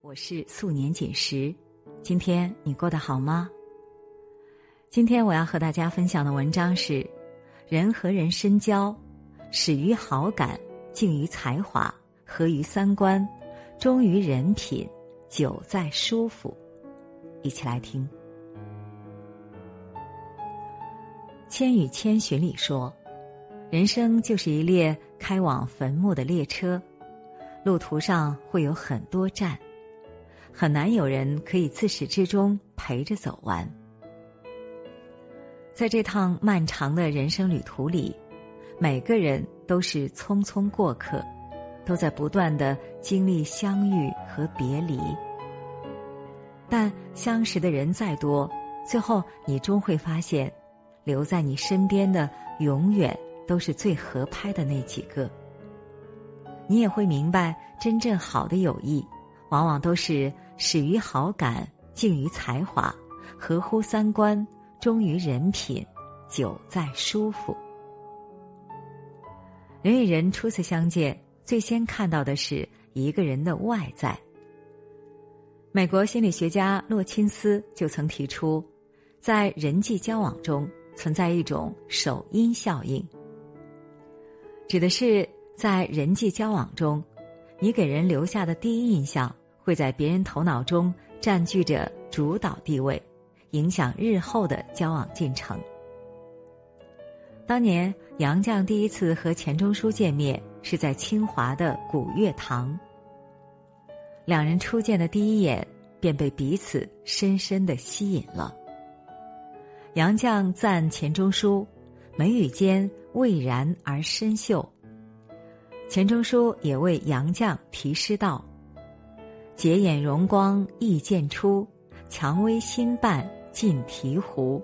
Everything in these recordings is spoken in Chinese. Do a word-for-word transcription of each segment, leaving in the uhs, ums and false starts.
我是素年锦时，今天你过得好吗？今天我要和大家分享的文章是人和人深交，始于好感，敬于才华，合于三观，忠于人品，久在舒服。一起来听。千与千寻里说，人生就是一列开往坟墓的列车，路途上会有很多站，很难有人可以自始至终陪着走完。在这趟漫长的人生旅途里，每个人都是匆匆过客，都在不断地经历相遇和别离。但相识的人再多，最后你终会发现，留在你身边的永远都是最合拍的那几个。你也会明白，真正好的友谊往往都是始于好感，敬于才华，合乎三观，忠于人品，久在舒服。人与人初次相见，最先看到的是一个人的外在。美国心理学家洛钦斯就曾提出，在人际交往中存在一种首因效应，指的是在人际交往中，你给人留下的第一印象会在别人头脑中占据着主导地位，影响日后的交往进程。当年杨绛第一次和钱钟书见面是在清华的古月堂，两人初见的第一眼便被彼此深深地吸引了。杨绛赞钱钟书眉宇间蔚然而深秀，钱钟书也为杨绛题诗道：洁眼容光意渐出，蔷薇心瓣尽醍醐。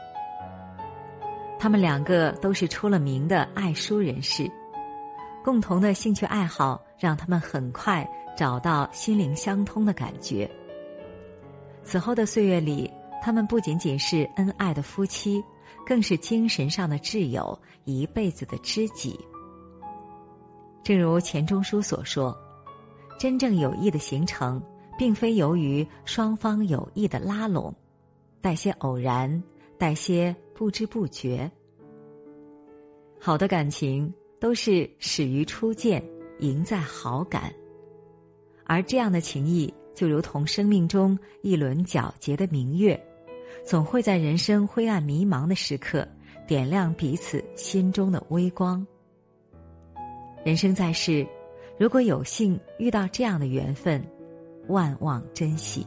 他们两个都是出了名的爱书人士，共同的兴趣爱好让他们很快找到心灵相通的感觉。此后的岁月里，他们不仅仅是恩爱的夫妻，更是精神上的挚友，一辈子的知己。正如钱钟书所说，真正友谊的形成并非由于双方有意的拉拢，带些偶然，带些不知不觉。好的感情都是始于初见，赢在好感，而这样的情谊就如同生命中一轮皎洁的明月，总会在人生灰暗迷茫的时刻点亮彼此心中的微光。人生在世，如果有幸遇到这样的缘分，万望珍惜。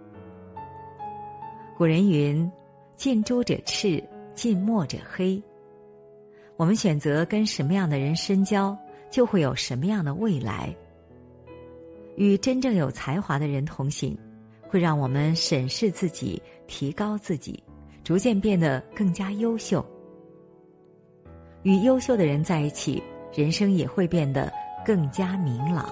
古人云，近朱者赤，近墨者黑。我们选择跟什么样的人深交，就会有什么样的未来。与真正有才华的人同行，会让我们审视自己，提高自己，逐渐变得更加优秀。与优秀的人在一起，人生也会变得更加明朗。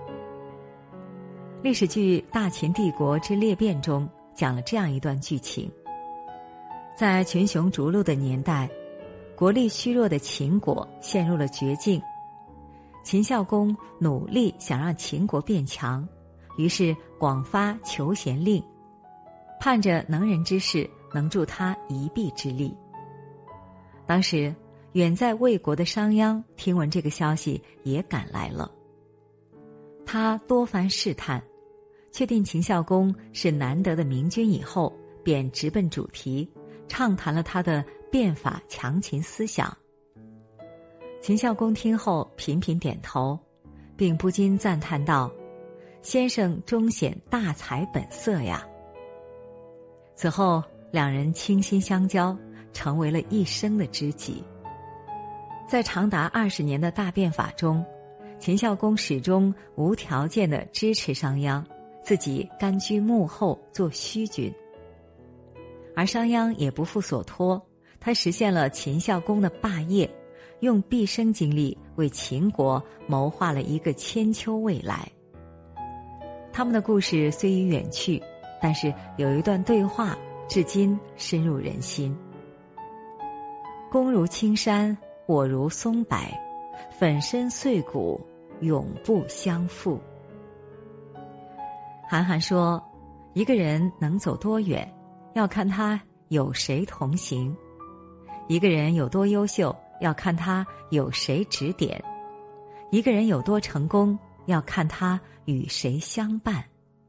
历史剧《大秦帝国之裂变》中讲了这样一段剧情。在群雄逐鹿的年代，国力虚弱的秦国陷入了绝境。秦孝公努力想让秦国变强，于是广发求贤令，盼着能人之士能助他一臂之力。当时远在魏国的商鞅听闻这个消息也赶来了，他多番试探，确定秦孝公是难得的明君以后，便直奔主题，畅谈了他的变法强秦思想。秦孝公听后频频点头，并不禁赞叹道：先生终显大才本色呀。此后两人倾心相交，成为了一生的知己。在长达二十年的大变法中，秦孝公始终无条件地支持商鞅，自己甘居幕后做虚君。而商鞅也不负所托，他实现了秦孝公的霸业，用毕生精力为秦国谋划了一个千秋未来。他们的故事虽已远去，但是有一段对话至今深入人心。公如青山，我如松柏，粉身碎骨，永不相负。 韩寒说，一个人能走多远，要看他有谁同行；一个人有多优秀，要看他有谁指点；一个人有多成功，要看他与谁相伴。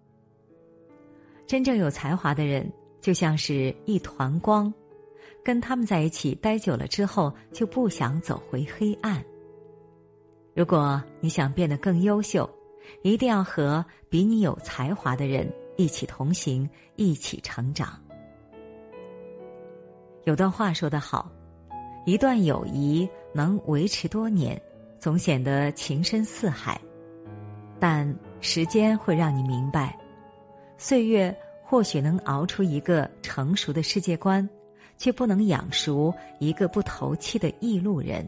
真正有才华的人，就像是一团光，跟他们在一起待久了之后，就不想走回黑暗。如果你想变得更优秀，一定要和比你有才华的人一起同行，一起成长。有段话说得好，一段友谊能维持多年，总显得情深似海，但时间会让你明白，岁月或许能熬出一个成熟的世界观，却不能养熟一个不投机的异路人。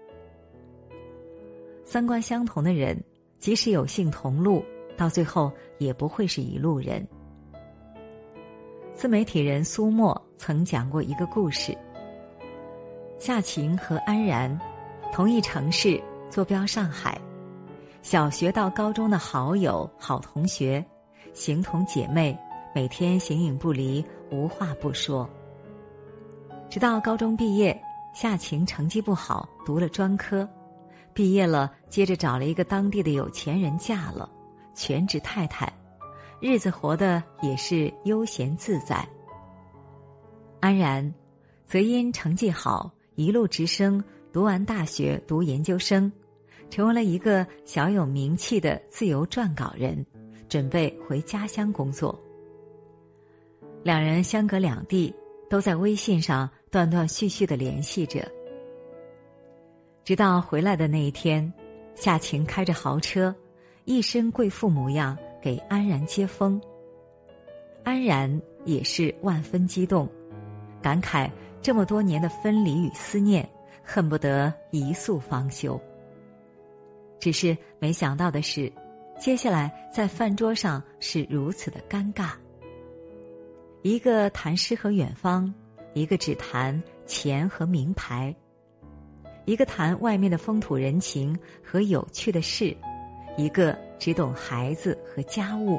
三观相同的人，即使有幸同路，到最后也不会是一路人。自媒体人苏沫曾讲过一个故事，夏晴和安然同一城市，坐标上海，小学到高中的好友好同学，形同姐妹，每天形影不离，无话不说。直到高中毕业，夏晴成绩不好，读了专科，毕业了，接着找了一个当地的有钱人嫁了，全职太太，日子活得也是悠闲自在。安然则因成绩好，一路直升，读完大学读研究生，成为了一个小有名气的自由撰稿人，准备回家乡工作。两人相隔两地，都在微信上断断续续地联系着。直到回来的那一天，夏晴开着豪车，一身贵妇模样给安然接风。安然也是万分激动，感慨这么多年的分离与思念，恨不得一宿方休。只是没想到的是，接下来在饭桌上是如此的尴尬。一个谈诗和远方，一个只谈钱和名牌，一个谈外面的风土人情和有趣的事，一个只懂孩子和家务。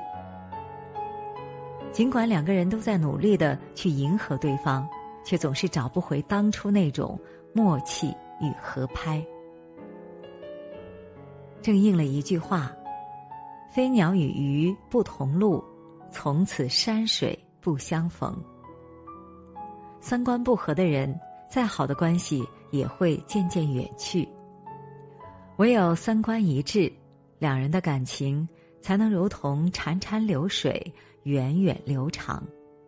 尽管两个人都在努力地去迎合对方，却总是找不回当初那种默契与合拍。正应了一句话，飞鸟与鱼不同路，从此山水不相逢。三观不合的人，再好的关系也会渐渐远去。唯有三观一致，两人的感情才能如同潺潺流水，源远流长。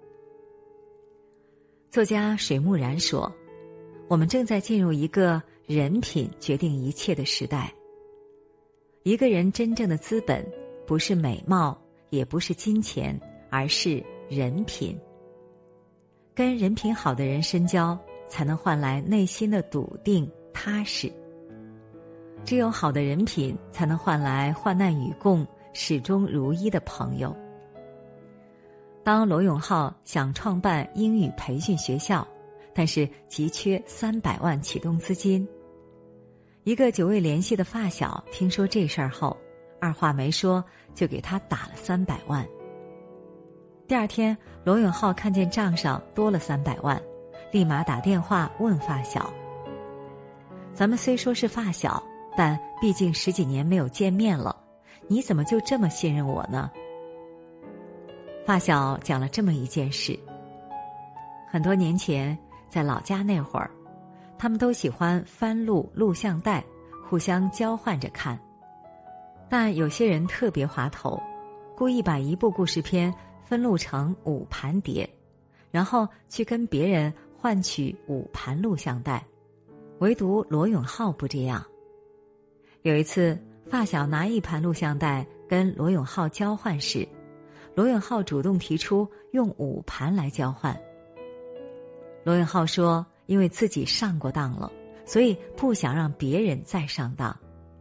作家水木然说，我们正在进入一个人品决定一切的时代。一个人真正的资本，不是美貌，也不是金钱，而是人品。跟人品好的人深交，才能换来内心的笃定踏实。只有好的人品，才能换来患难与共、始终如一的朋友。当罗永浩想创办英语培训学校，但是急缺三百万启动资金，一个久未联系的发小听说这事儿后，二话没说就给他打了三百万。第二天，罗永浩看见账上多了三百万，立马打电话问发小：“咱们虽说是发小，但毕竟十几年没有见面了，你怎么就这么信任我呢？”发小讲了这么一件事：很多年前，在老家那会儿，他们都喜欢翻录录像带，互相交换着看。但有些人特别滑头，故意把一部故事片分录成五盘碟，然后去跟别人换取五盘录像带。唯独罗永浩不这样。有一次，发小拿一盘录像带跟罗永浩交换时，罗永浩主动提出用五盘来交换。罗永浩说，因为自己上过当了，所以不想让别人再上当。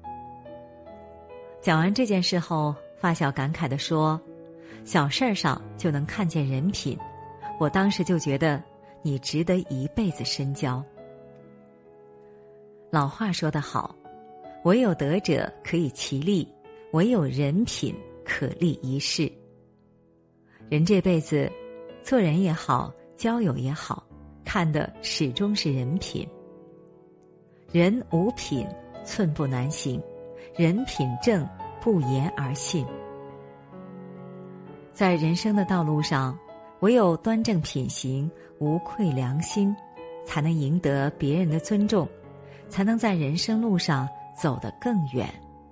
讲完这件事后，发小感慨地说，小事儿上就能看见人品，我当时就觉得你值得一辈子深交。老话说得好，唯有德者可以其利，唯有人品可立一世。 人这辈子，做人也好，交友也好，看的始终是人品。人无品，寸步难行；人品正，不言而信。在人生的道路上，唯有端正品行，无愧良心，才能赢得别人的尊重，才能在人生路上走得更远。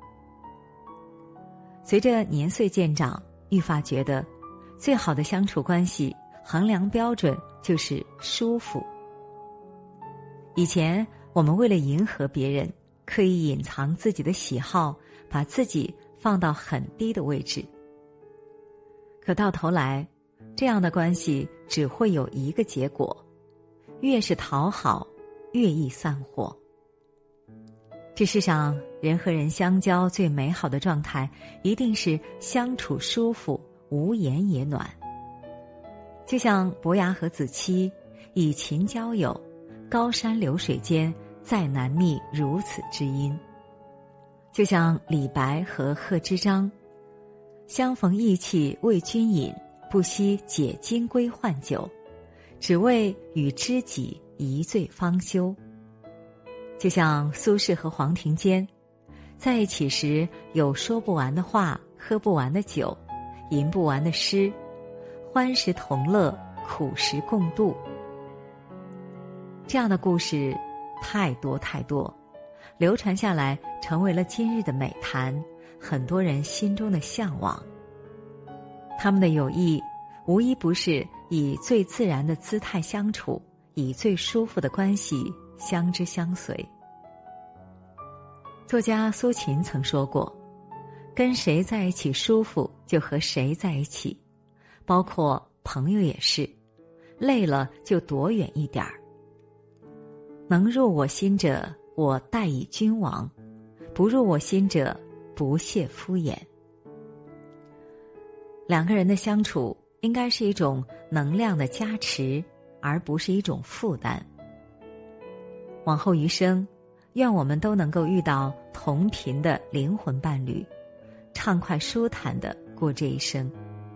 随着年岁渐长，愈发觉得最好的相处关系衡量标准就是舒服。以前我们为了迎合别人，刻意隐藏自己的喜好，把自己放到很低的位置。可到头来，这样的关系只会有一个结果，越是讨好，越易散伙。这世上人和人相交最美好的状态，一定是相处舒服，无言也暖。就像伯牙和子期以情交友，高山流水间，再难觅如此知音。就像李白和贺知章，相逢意气为君饮，不惜解金龟换酒，只为与知己一醉方休。就像苏轼和黄庭坚，在一起时有说不完的话，喝不完的酒，吟不完的诗，欢时同乐，苦时共度。这样的故事太多太多，流传下来成为了今日的美谈，很多人心中的向往。他们的友谊无一不是以最自然的姿态相处，以最舒服的关系相知相随。作家苏秦曾说过，跟谁在一起舒服就和谁在一起，包括朋友也是，累了就躲远一点儿。能入我心者，我待以君王；不入我心者，不屑敷衍。两个人的相处应该是一种能量的加持，而不是一种负担。往后余生，愿我们都能够遇到同频的灵魂伴侣，畅快舒坦地过这一生。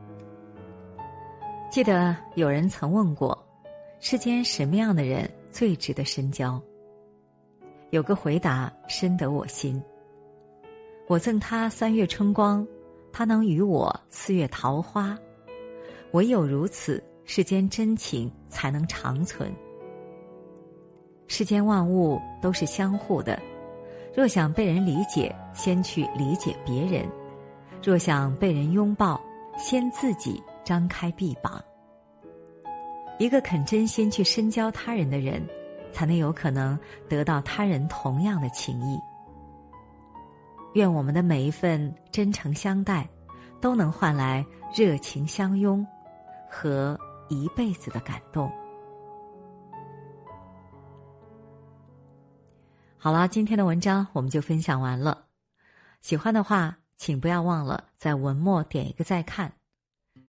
记得有人曾问过，世间什么样的人最值得深交？有个回答深得我心。我赠他三月春光，他能与我四月桃花。唯有如此，世间真情才能长存。世间万物都是相互的，若想被人理解，先去理解别人；若想被人拥抱，先自己张开臂膀。一个肯真心去深交他人的人，才能有可能得到他人同样的情谊。愿我们的每一份真诚相待，都能换来热情相拥和一辈子的感动。好了，今天的文章我们就分享完了。喜欢的话，请不要忘了在文末点一个再看。